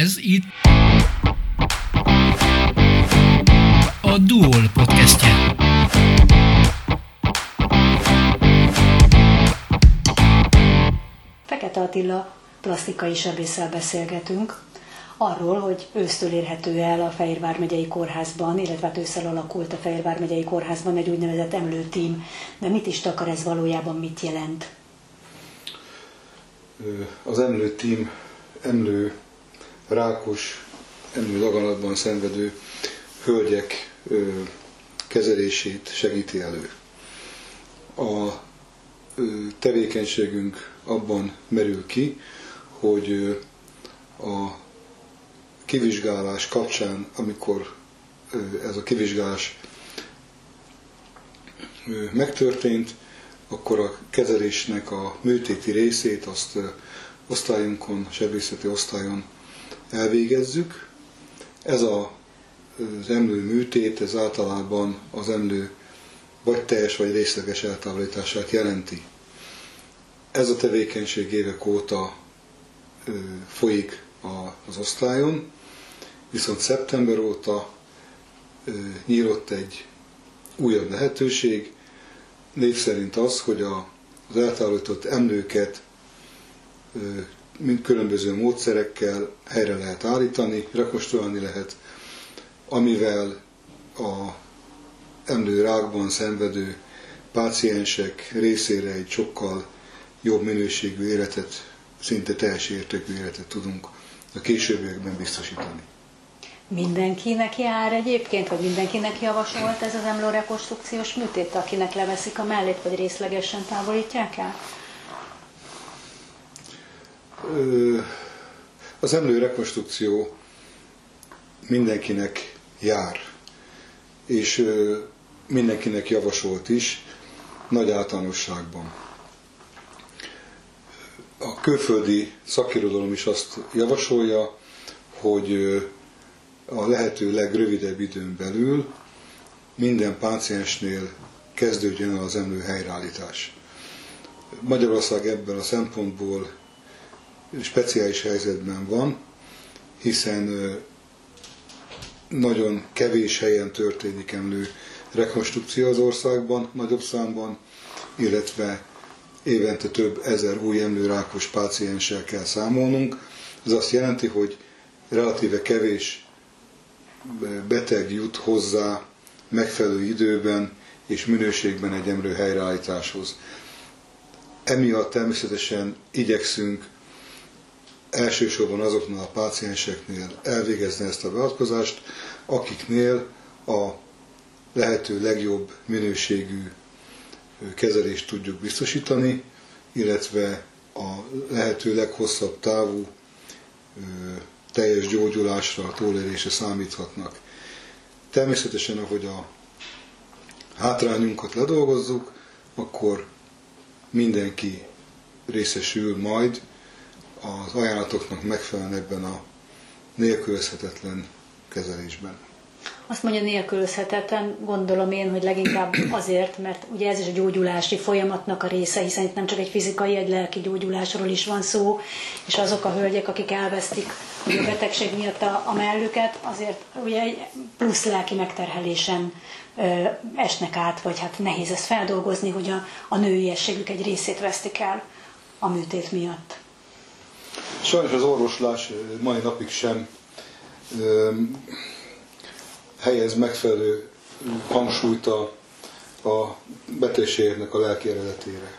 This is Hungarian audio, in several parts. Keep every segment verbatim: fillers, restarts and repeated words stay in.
Ez itt a Duol podcastje. Fekete Attila plastikai sebésszel beszélgetünk arról, hogy ősztől érhető el a Fehérvár megyei kórházban, illetve hát ősszel alakult a Fehérvár megyei kórházban egy úgynevezett emlőtím. De mit is takar ez valójában, mit jelent? Az emlőtím emlő rákos, emlő daganatban szenvedő hölgyek kezelését segíti elő. A tevékenységünk abban merül ki, hogy a kivizsgálás kapcsán, amikor ez a kivizsgálás megtörtént, akkor a kezelésnek a műtéti részét azt osztályunkon, sebészeti osztályon elvégezzük. Ez a, az emlő műtét, ez általában az emlő vagy teljes, vagy részleges eltávolítását jelenti. Ez a tevékenység évek óta ö, folyik a, az osztályon, viszont szeptember óta ö, nyílott egy újabb lehetőség, név szerint az, hogy a, az eltávolított emlőket ö, mind különböző módszerekkel helyre lehet állítani, rekonstruálni lehet, amivel a emlőrákban szenvedő páciensek részére egy sokkal jobb minőségű életet, szinte teljes értékű életet tudunk a későbbiekben biztosítani. Mindenkinek jár egyébként, vagy mindenkinek javasolt ez az emlőrekonstrukciós műtét, akinek leveszik a mellét, vagy részlegesen távolítják el? Az emlőrekonstrukció mindenkinek jár, és mindenkinek javasolt is, nagy általánosságban. A külföldi szakirodalom is azt javasolja, hogy a lehető legrövidebb időn belül minden páciensnél kezdődjön az emlő helyreállítás. Magyarország ebben a szempontból speciális helyzetben van, hiszen nagyon kevés helyen történik emlő rekonstrukció az országban, nagyobb számban, illetve évente több ezer új emlőrákos pácienssel kell számolnunk. Ez azt jelenti, hogy relatíve kevés beteg jut hozzá megfelelő időben és minőségben egy emlő helyreállításhoz. Emiatt természetesen igyekszünk elsősorban azoknál a pácienseknél elvégezni ezt a beavatkozást, akiknél a lehető legjobb minőségű kezelést tudjuk biztosítani, illetve a lehető leghosszabb távú teljes gyógyulásra, túlélésre számíthatnak. Természetesen, ahogy a hátrányunkat ledolgozzuk, akkor mindenki részesül majd az ajánlatoknak megfelelően ebben a nélkülözhetetlen kezelésben. Azt mondja, nélkülözhetetlen, gondolom én, hogy leginkább azért, mert ugye ez is a gyógyulási folyamatnak a része, hiszen itt nem csak egy fizikai, egy lelki gyógyulásról is van szó, és azok a hölgyek, akik elvesztik a betegség miatt a, a mellüket, azért ugye egy plusz lelki megterhelésen ö, esnek át, vagy hát nehéz ezt feldolgozni, hogy a, a nőiességük egy részét vesztik el a műtét miatt. Sajnos az orvoslás mai napig sem ö, helyez megfelelő hangsúlyt a, a betegségnek a lelki eredetére.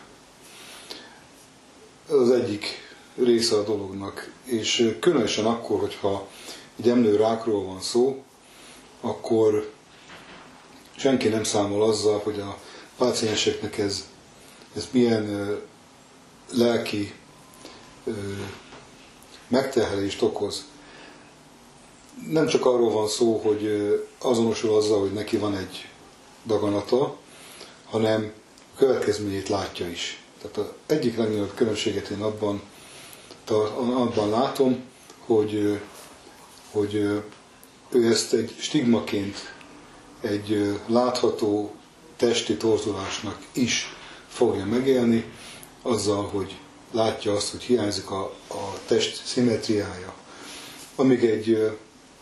Ez az egyik része a dolognak, és különösen akkor, hogyha egy emlőrákról van szó, akkor senki nem számol azzal, hogy a pácienseknek ez, ez milyen ö, lelki ö, megterhelést okoz. Nem csak arról van szó, hogy azonosul azzal, hogy neki van egy daganata, hanem a következményét látja is. Tehát az egyik legnagyobb különbséget én abban, abban látom, hogy, hogy ő ezt egy stigmaként, egy látható testi torzulásnak is fogja megélni, azzal, hogy látja azt, hogy hiányzik a, a test szimmetriája, amíg egy,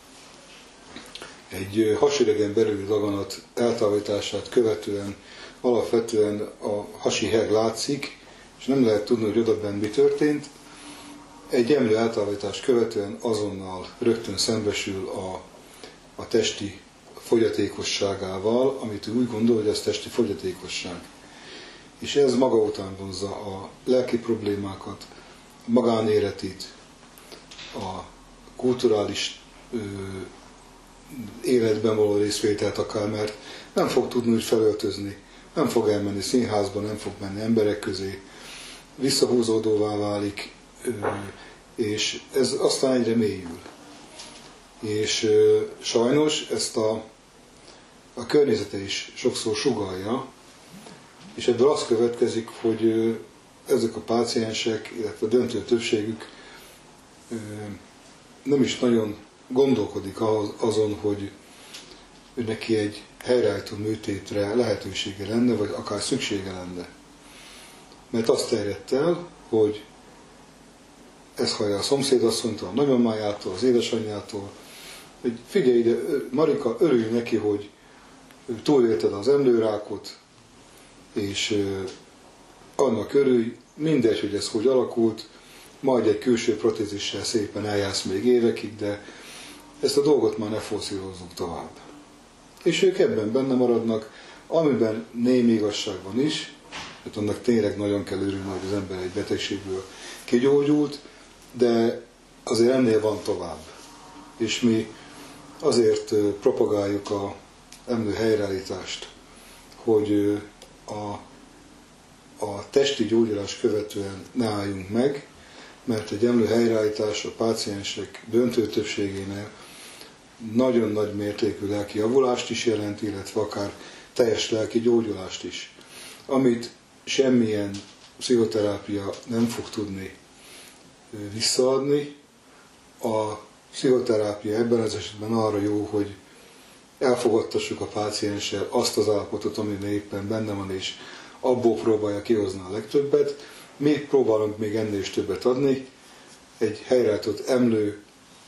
egy hasüregen belüli daganat eltávolítását követően alapvetően a hasi heg látszik, és nem lehet tudni, hogy odabenn mi történt. Egy emlő eltávolítást követően azonnal rögtön szembesül a, a testi fogyatékosságával, amit ő úgy gondol, hogy ez testi fogyatékosság. És ez maga után vonzza a lelki problémákat, a magánéletét, a kulturális ö, életben való részvételt akár, mert nem fog tudni úgy felöltözni, nem fog elmenni színházba, nem fog menni emberek közé, visszahúzódóvá válik, ö, és ez aztán egyre mélyül. És ö, sajnos ezt a, a környezete is sokszor sugallja, és ebből az következik, hogy ö, ezek a páciensek, illetve a döntő többségük ö, nem is nagyon gondolkodik az, azon, hogy, hogy neki egy helyreállító műtétre lehetősége lenne, vagy akár szüksége lenne. Mert azt terjedt el, hogy ezt hallja a szomszédasszonytól, a nagymamájától, az édesanyjától, hogy figyelj ide, Marika, örülj neki, hogy túlélted az emlőrákot, és annak örülj, mindegy, hogy ez hogy alakult, majd egy külső protézissel szépen eljársz még évekig, de ezt a dolgot már ne forszírozzuk tovább. És ők ebben benne maradnak, amiben némi igazság van is, mert annak tényleg nagyon kell örülni, hogy az ember egy betegségből kigyógyult, de azért ennél van tovább. És mi azért propagáljuk a emlő helyreállítást, hogy a, a testi gyógyulás követően ne álljunk meg, mert egy emlő helyreállítás a páciensek döntő többségénél nagyon nagy mértékű lelki javulást is jelent, illetve akár teljes lelki gyógyulást is, amit semmilyen pszichoterápia nem fog tudni visszaadni. A pszichoterápia ebben az esetben arra jó, hogy elfogadtassuk a pácienssel azt az állapotot, amiben éppen benne van, és abból próbálja kihozni a legtöbbet. Mi próbálunk még ennél is többet adni. Egy helyreállított emlő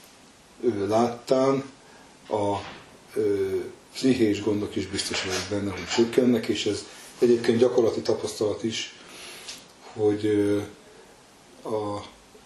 láttán a ö, pszichés gondok is biztos vagyok benne, hogy csökkennek, és ez egyébként gyakorlati tapasztalat is, hogy ö, a,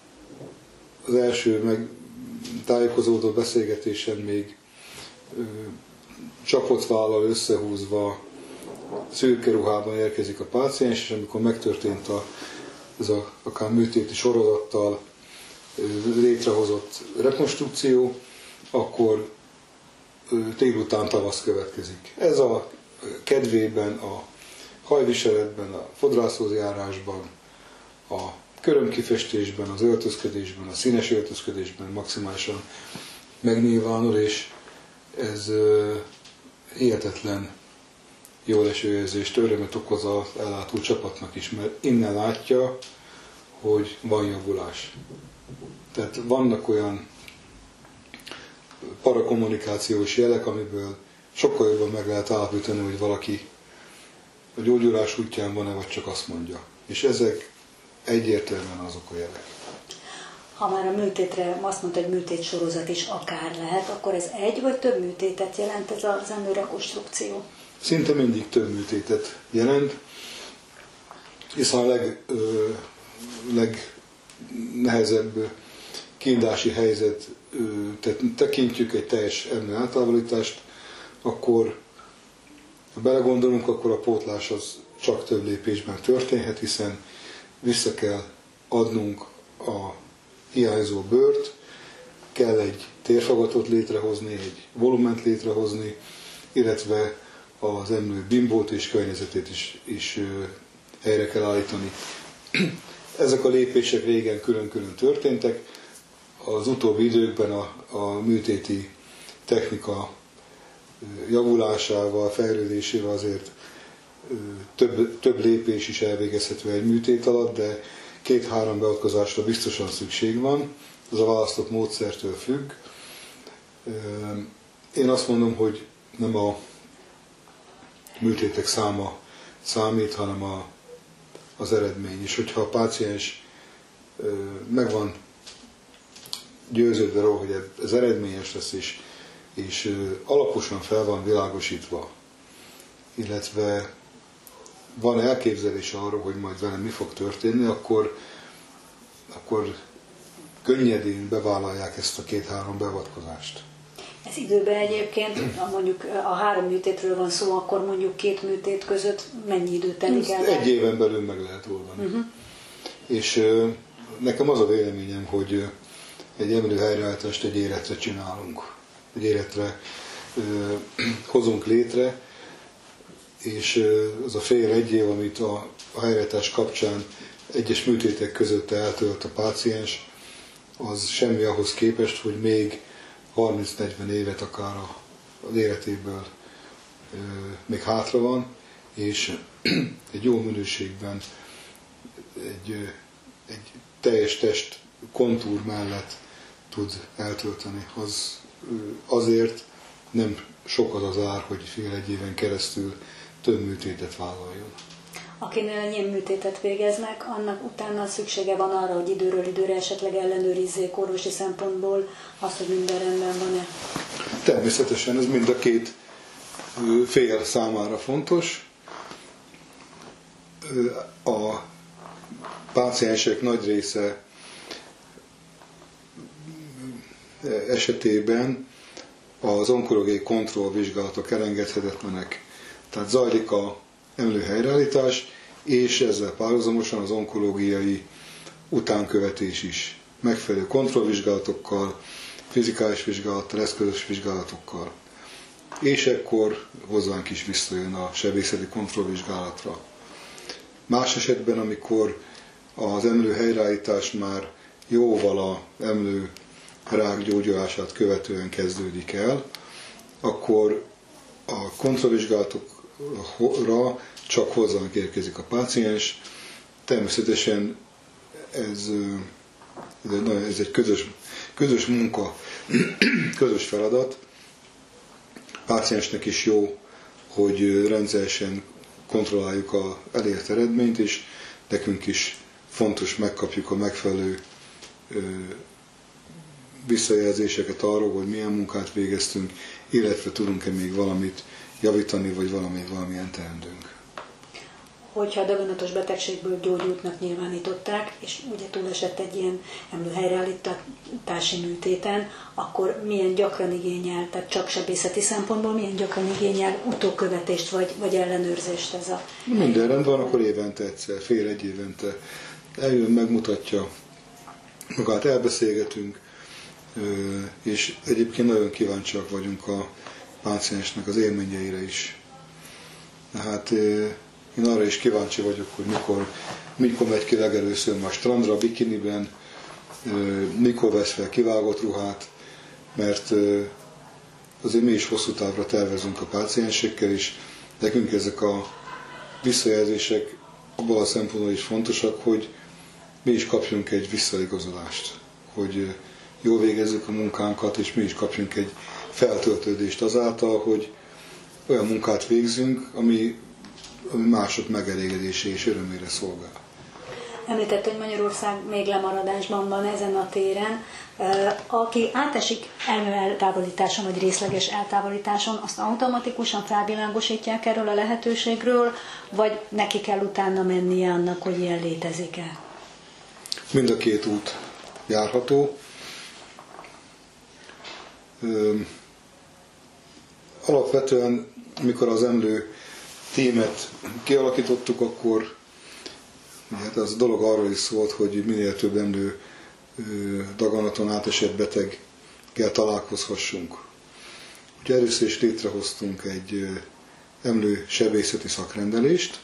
az első meg tájékozódó beszélgetésen még ö, csapott vállal összehúzva szürke ruhában érkezik a páciens, és amikor megtörtént a, ez a akár műtéti sorozattal ö, létrehozott rekonstrukció, akkor délután tavasz következik. Ez a kedvében, a hajviseletben, a fodrászhoz járásban, a körömkifestésben, az öltözködésben, a színes öltözködésben maximálisan megnyilvánul, és ez uh, hihetetlen jól eső érzést, örömet okoz az ellátó csapatnak is, mert innen látja, hogy van javulás. Tehát vannak olyan parakommunikációs jelek, amiből sokkal jobban meg lehet állapítani, hogy valaki a gyógyulás útján van-e, vagy csak azt mondja. És ezek egyértelműen azok a jelek. Ha már a műtétre azt mondta, hogy műtét sorozat is akár lehet, akkor ez egy vagy több műtétet jelent ez az emlőrekonstrukció? Szinte mindig több műtétet jelent, hiszen a leg, ö, legnehezebb kiindási helyzet, tehát tekintjük egy teljes emlő eltávolítást, akkor ha belegondolunk, akkor a pótlás az csak több lépésben történhet, hiszen vissza kell adnunk a hiányzó bőrt, kell egy térfagatot létrehozni, egy volument létrehozni, illetve az emlő bimbót és környezetét is, is helyre kell állítani. Ezek a lépések régen külön-külön történtek, az utóbbi időkben a, a műtéti technika javulásával, fejlődésével azért több, több lépés is elvégezhető egy műtét alatt, de két-három beavatkozásra biztosan szükség van, ez a választott módszertől függ. Én azt mondom, hogy nem a műtétek száma számít, hanem a, az eredmény. És hogyha a páciens meg van győződve róla, hogy ez eredményes lesz, és, és alaposan fel van világosítva, illetve van elképzelés arról, hogy majd velem mi fog történni, akkor, akkor könnyedén bevállalják ezt a két-három beavatkozást. Ez időben egyébként, ha mondjuk a három műtétről van szó, akkor mondjuk két műtét között mennyi időt telik el? Egy éven belül meg lehet oldani. Uh-huh. És uh, nekem az a véleményem, hogy egy emlő helyreállítást egy életre csinálunk. Egy életre uh, hozunk létre, és uh, az a fél egy év, amit a, a helyreállítás kapcsán egyes műtétek között eltölt a páciens, az semmi ahhoz képest, hogy még harminc-negyven évet akár az életéből e, még hátra van, és egy jó minőségben egy, egy teljes test kontúr mellett tud eltölteni. Az, azért nem sok az az ár, hogy fél-egy éven keresztül több műtétet vállaljon. Akinél ilyen műtétet végeznek, annak utána szüksége van arra, hogy időről időre esetleg ellenőrizzék orvosi szempontból azt, hogy minden rendben van-e? Természetesen ez mind a két fél számára fontos. A páciensek nagy része esetében az onkológiai kontrollvizsgálatok elengedhetetlenek. Tehát zajlik a emlő helyreállítás, és ezzel párhuzamosan az onkológiai utánkövetés is. Megfelelő kontrollvizsgálatokkal, fizikális vizsgálattal, eszközös vizsgálatokkal. És ekkor hozzánk is visszajön a sebészeti kontrollvizsgálatra. Más esetben, amikor az emlő helyreállítás már jóval a emlő rák gyógyulását követően kezdődik el, akkor a kontrollvizsgálatokra csak hozzánk érkezik a páciens. Természetesen ez, ez egy, ez egy közös, közös munka, közös feladat. A páciensnek is jó, hogy rendszeresen kontrolláljuk az elért eredményt, és nekünk is fontos megkapjuk a megfelelő visszajelzéseket arról, hogy milyen munkát végeztünk, illetve tudunk-e még valamit javítani, vagy valami, valamilyen teendőnk. Hogyha a daganatos betegségből gyógyultnak nyilvánították, és ugye túlesett egy ilyen emlő helyreállítási műtéten, akkor milyen gyakran igényel, tehát csak sebészeti szempontból milyen gyakran igényel utókövetést vagy, vagy ellenőrzést ez a... Minden rendben van, akkor évente egyszer, fél egy évente eljön, megmutatja, magát elbeszélgetünk, és egyébként nagyon kíváncsiak vagyunk a páciensnek az élményeire is. Hát én arra is kíváncsi vagyok, hogy mikor, mikor megy ki legelőször már strandra, bikiniben, mikor vesz fel kivágott ruhát, mert azért mi is hosszú távra tervezünk a páciensekkel, és nekünk ezek a visszajelzések abban a szempontból is fontosak, hogy mi is kapjunk egy visszaigazolást, hogy jól végezzük a munkánkat, és mi is kapjunk egy feltöltődést azáltal, hogy olyan munkát végzünk, ami, ami mások megelégedésé és örömére szolgál. Említett, hogy Magyarország még lemaradásban van ezen a téren. Aki átesik elmű eltávolításon vagy részleges eltávolításon, azt automatikusan felvilágosítják erről a lehetőségről, vagy neki kell utána mennie annak, hogy ilyen létezik-e? Mind a két út járható. Alapvetően, mikor az emlő tímet kialakítottuk, akkor hát az a dolog arról is szólt, hogy minél több emlő daganaton átesett beteggel találkozhassunk. Úgyhogy először is létrehoztunk egy emlő sebészeti szakrendelést,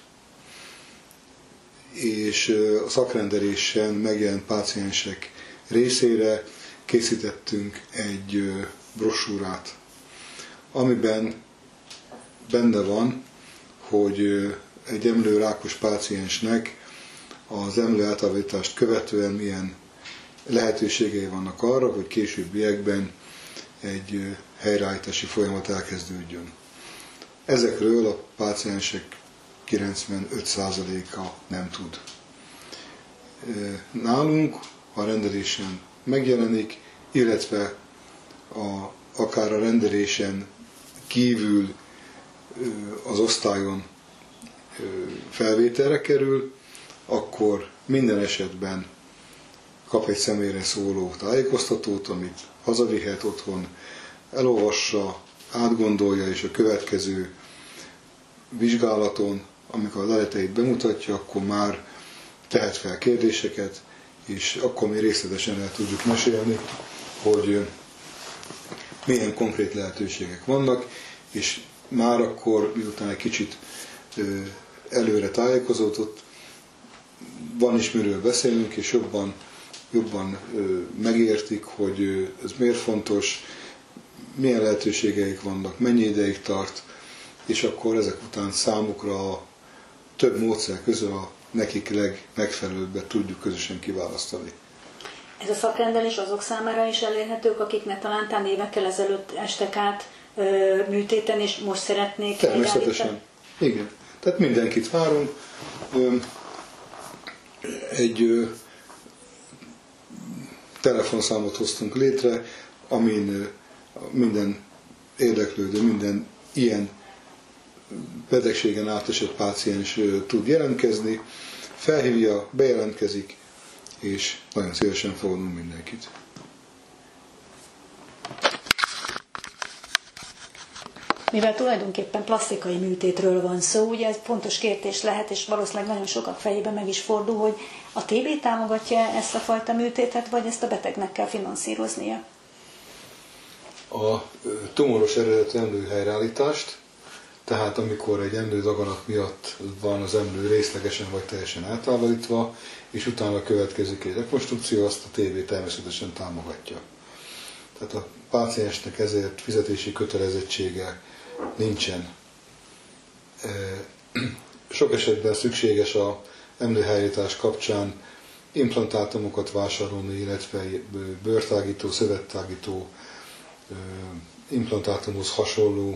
és a szakrendelésen megjelent páciensek részére készítettünk egy brossúrát, amiben benne van, hogy egy emlőrákos páciensnek az emlő eltávolítást követően milyen lehetőségei vannak arra, hogy későbbiekben egy helyreállítási folyamat elkezdődjön. Ezekről a páciensek kilencvenöt százaléka nem tud. Nálunk a rendelésen megjelenik, illetve a, akár a rendelésen kívül az osztályon felvételre kerül, akkor minden esetben kap egy személyre szóló tájékoztatót, amit hazavihet otthon, elolvassa, átgondolja, és a következő vizsgálaton, amikor a leleteit bemutatja, akkor már tehet fel kérdéseket, és akkor mi részletesen el tudjuk mesélni, hogy milyen konkrét lehetőségek vannak, és már akkor, miután egy kicsit előre tájékozódott, van is miről beszélünk, és jobban, jobban megértik, hogy ez miért fontos, milyen lehetőségeik vannak, mennyi ideig tart, és akkor ezek után számukra a több módszer közül a nekik legmegfelelőbbet tudjuk közösen kiválasztani. Ez a szakrendelés azok számára is elérhetők, akik ne talántán évekkel ezelőtt estek át ö, műtéten, és most szeretnék Természetesen. Igen. Tehát mindenkit várunk. Egy ö, telefonszámot hoztunk létre, amin ö, minden érdeklődő, minden ilyen betegségen átesett páciens ö, tud jelentkezni, felhívja, bejelentkezik, és nagyon szívesen fogadunk mindenkit. Mivel tulajdonképpen plastikai műtétről van szó, ugye ez fontos kérdés lehet, és valószínűleg nagyon sokak fejében meg is fordul, hogy a té bé támogatja ezt a fajta műtétet, vagy ezt a betegnek kell finanszíroznia? A tumoros eredetű emlő helyreállítást, tehát amikor egy emlődaganat miatt van az emlő részlegesen vagy teljesen eltávolítva, és utána következik egy rekonstrukció, azt a té bé természetesen támogatja. Tehát a páciensnek ezért fizetési kötelezettsége nincsen. Sok esetben szükséges az emlőhelyreállítás kapcsán implantátumokat vásárolni, illetve bőrtágító, szövettágító, implantátumhoz hasonló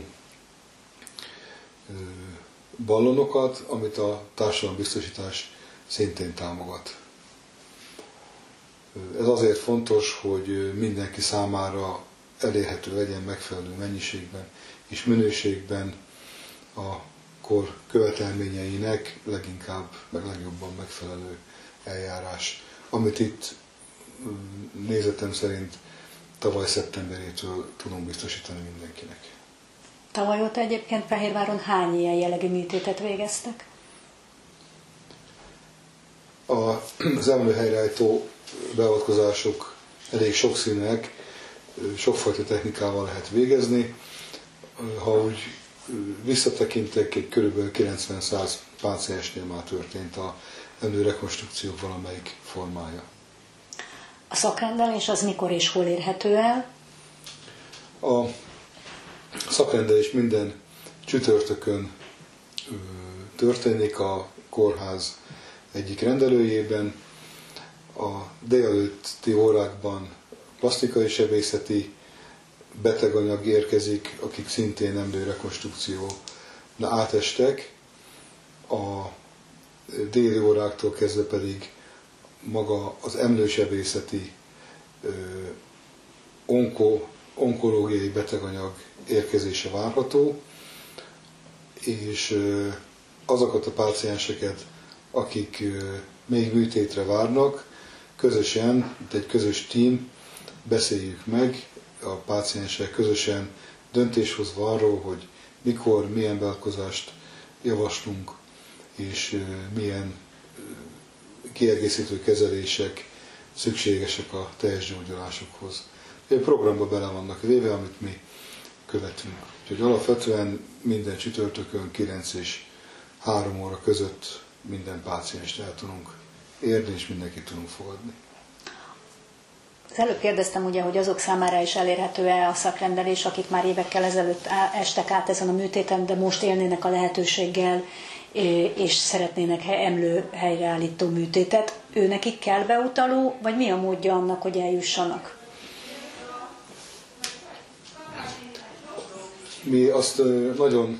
ballonokat, amit a társadalombiztosítás szintén támogat. Ez azért fontos, hogy mindenki számára elérhető legyen megfelelő mennyiségben és minőségben a kor követelményeinek leginkább, meg legjobban megfelelő eljárás, amit itt nézetem szerint tavaly szeptemberétől tudunk biztosítani mindenkinek. Tavaly óta egyébként Fehérváron hány ilyen jellegű műtétet végeztek? Az emlőhelyreállító beavatkozások elég sokszínűek, sokfajta technikával lehet végezni. Ha úgy visszatekintek, egy kb. kilencven-száz páciensnél már történt az emlőrekonstrukció valamelyik formája. A szakrendelés az mikor és hol érhető el? A szakrendelés minden csütörtökön történik a kórház egyik rendelőjében. A délelőtti órákban plastikai sebészeti beteganyag érkezik, akik szintén emlőrekonstrukcióra átestek. A déli óráktól kezdve pedig maga az emlősebészeti onko, onkológiai beteganyag érkezése várható, és azokat a pácienseket, akik még műtétre várnak, közösen, mint egy közös tím, beszéljük meg, a páciensek közösen döntéshozva arról, hogy mikor, milyen beavatkozást javaslunk, és milyen kiegészítő kezelések szükségesek a teljes gyógyulásokhoz. Egy programba bele vannak véve, amit mi követünk. Úgyhogy alapvetően minden csütörtökön kilenc és három óra között minden pácienst el tudunk érni, és mindenkit tudunk fogadni. Az előbb kérdeztem ugye, hogy azok számára is elérhető-e a szakrendelés, akik már évekkel ezelőtt estek át ezen a műtéten, de most élnének a lehetőséggel, és szeretnének emlő helyreállító műtétet. Ő nekik kell beutaló, vagy mi a módja annak, hogy eljussanak? Mi azt nagyon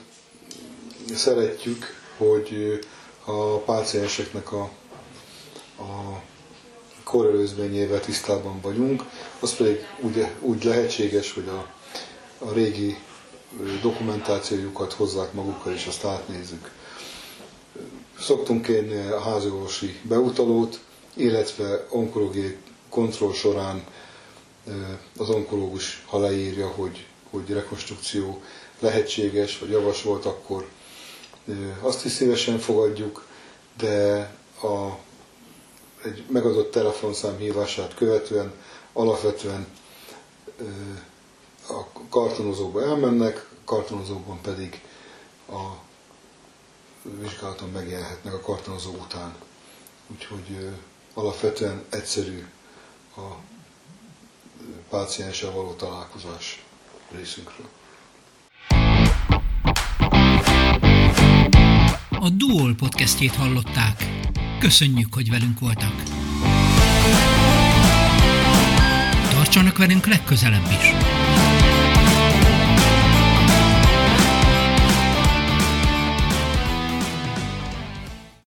szeretjük, hogy a pácienseknek a, a korrelőzményével tisztában vagyunk, az pedig úgy, úgy lehetséges, hogy a, a régi dokumentációjukat hozzák magukkal, és azt átnézzük. Szoktunk kérni a háziorvosi beutalót, illetve onkológiai kontroll során az onkológus, ha leírja, hogy, hogy rekonstrukció lehetséges, vagy javasolt, akkor azt is szívesen fogadjuk, de a, egy megadott telefonszám hívását követően alapvetően a kartonozóba elmennek, a kartonozóban pedig a vizsgálaton megjelenhetnek a kartonozó után. Úgyhogy alapvetően egyszerű a pácienssel való találkozás részünkről. A Duol podcastjét hallották. Köszönjük, hogy velünk voltak. Tartsanak velünk legközelebb is!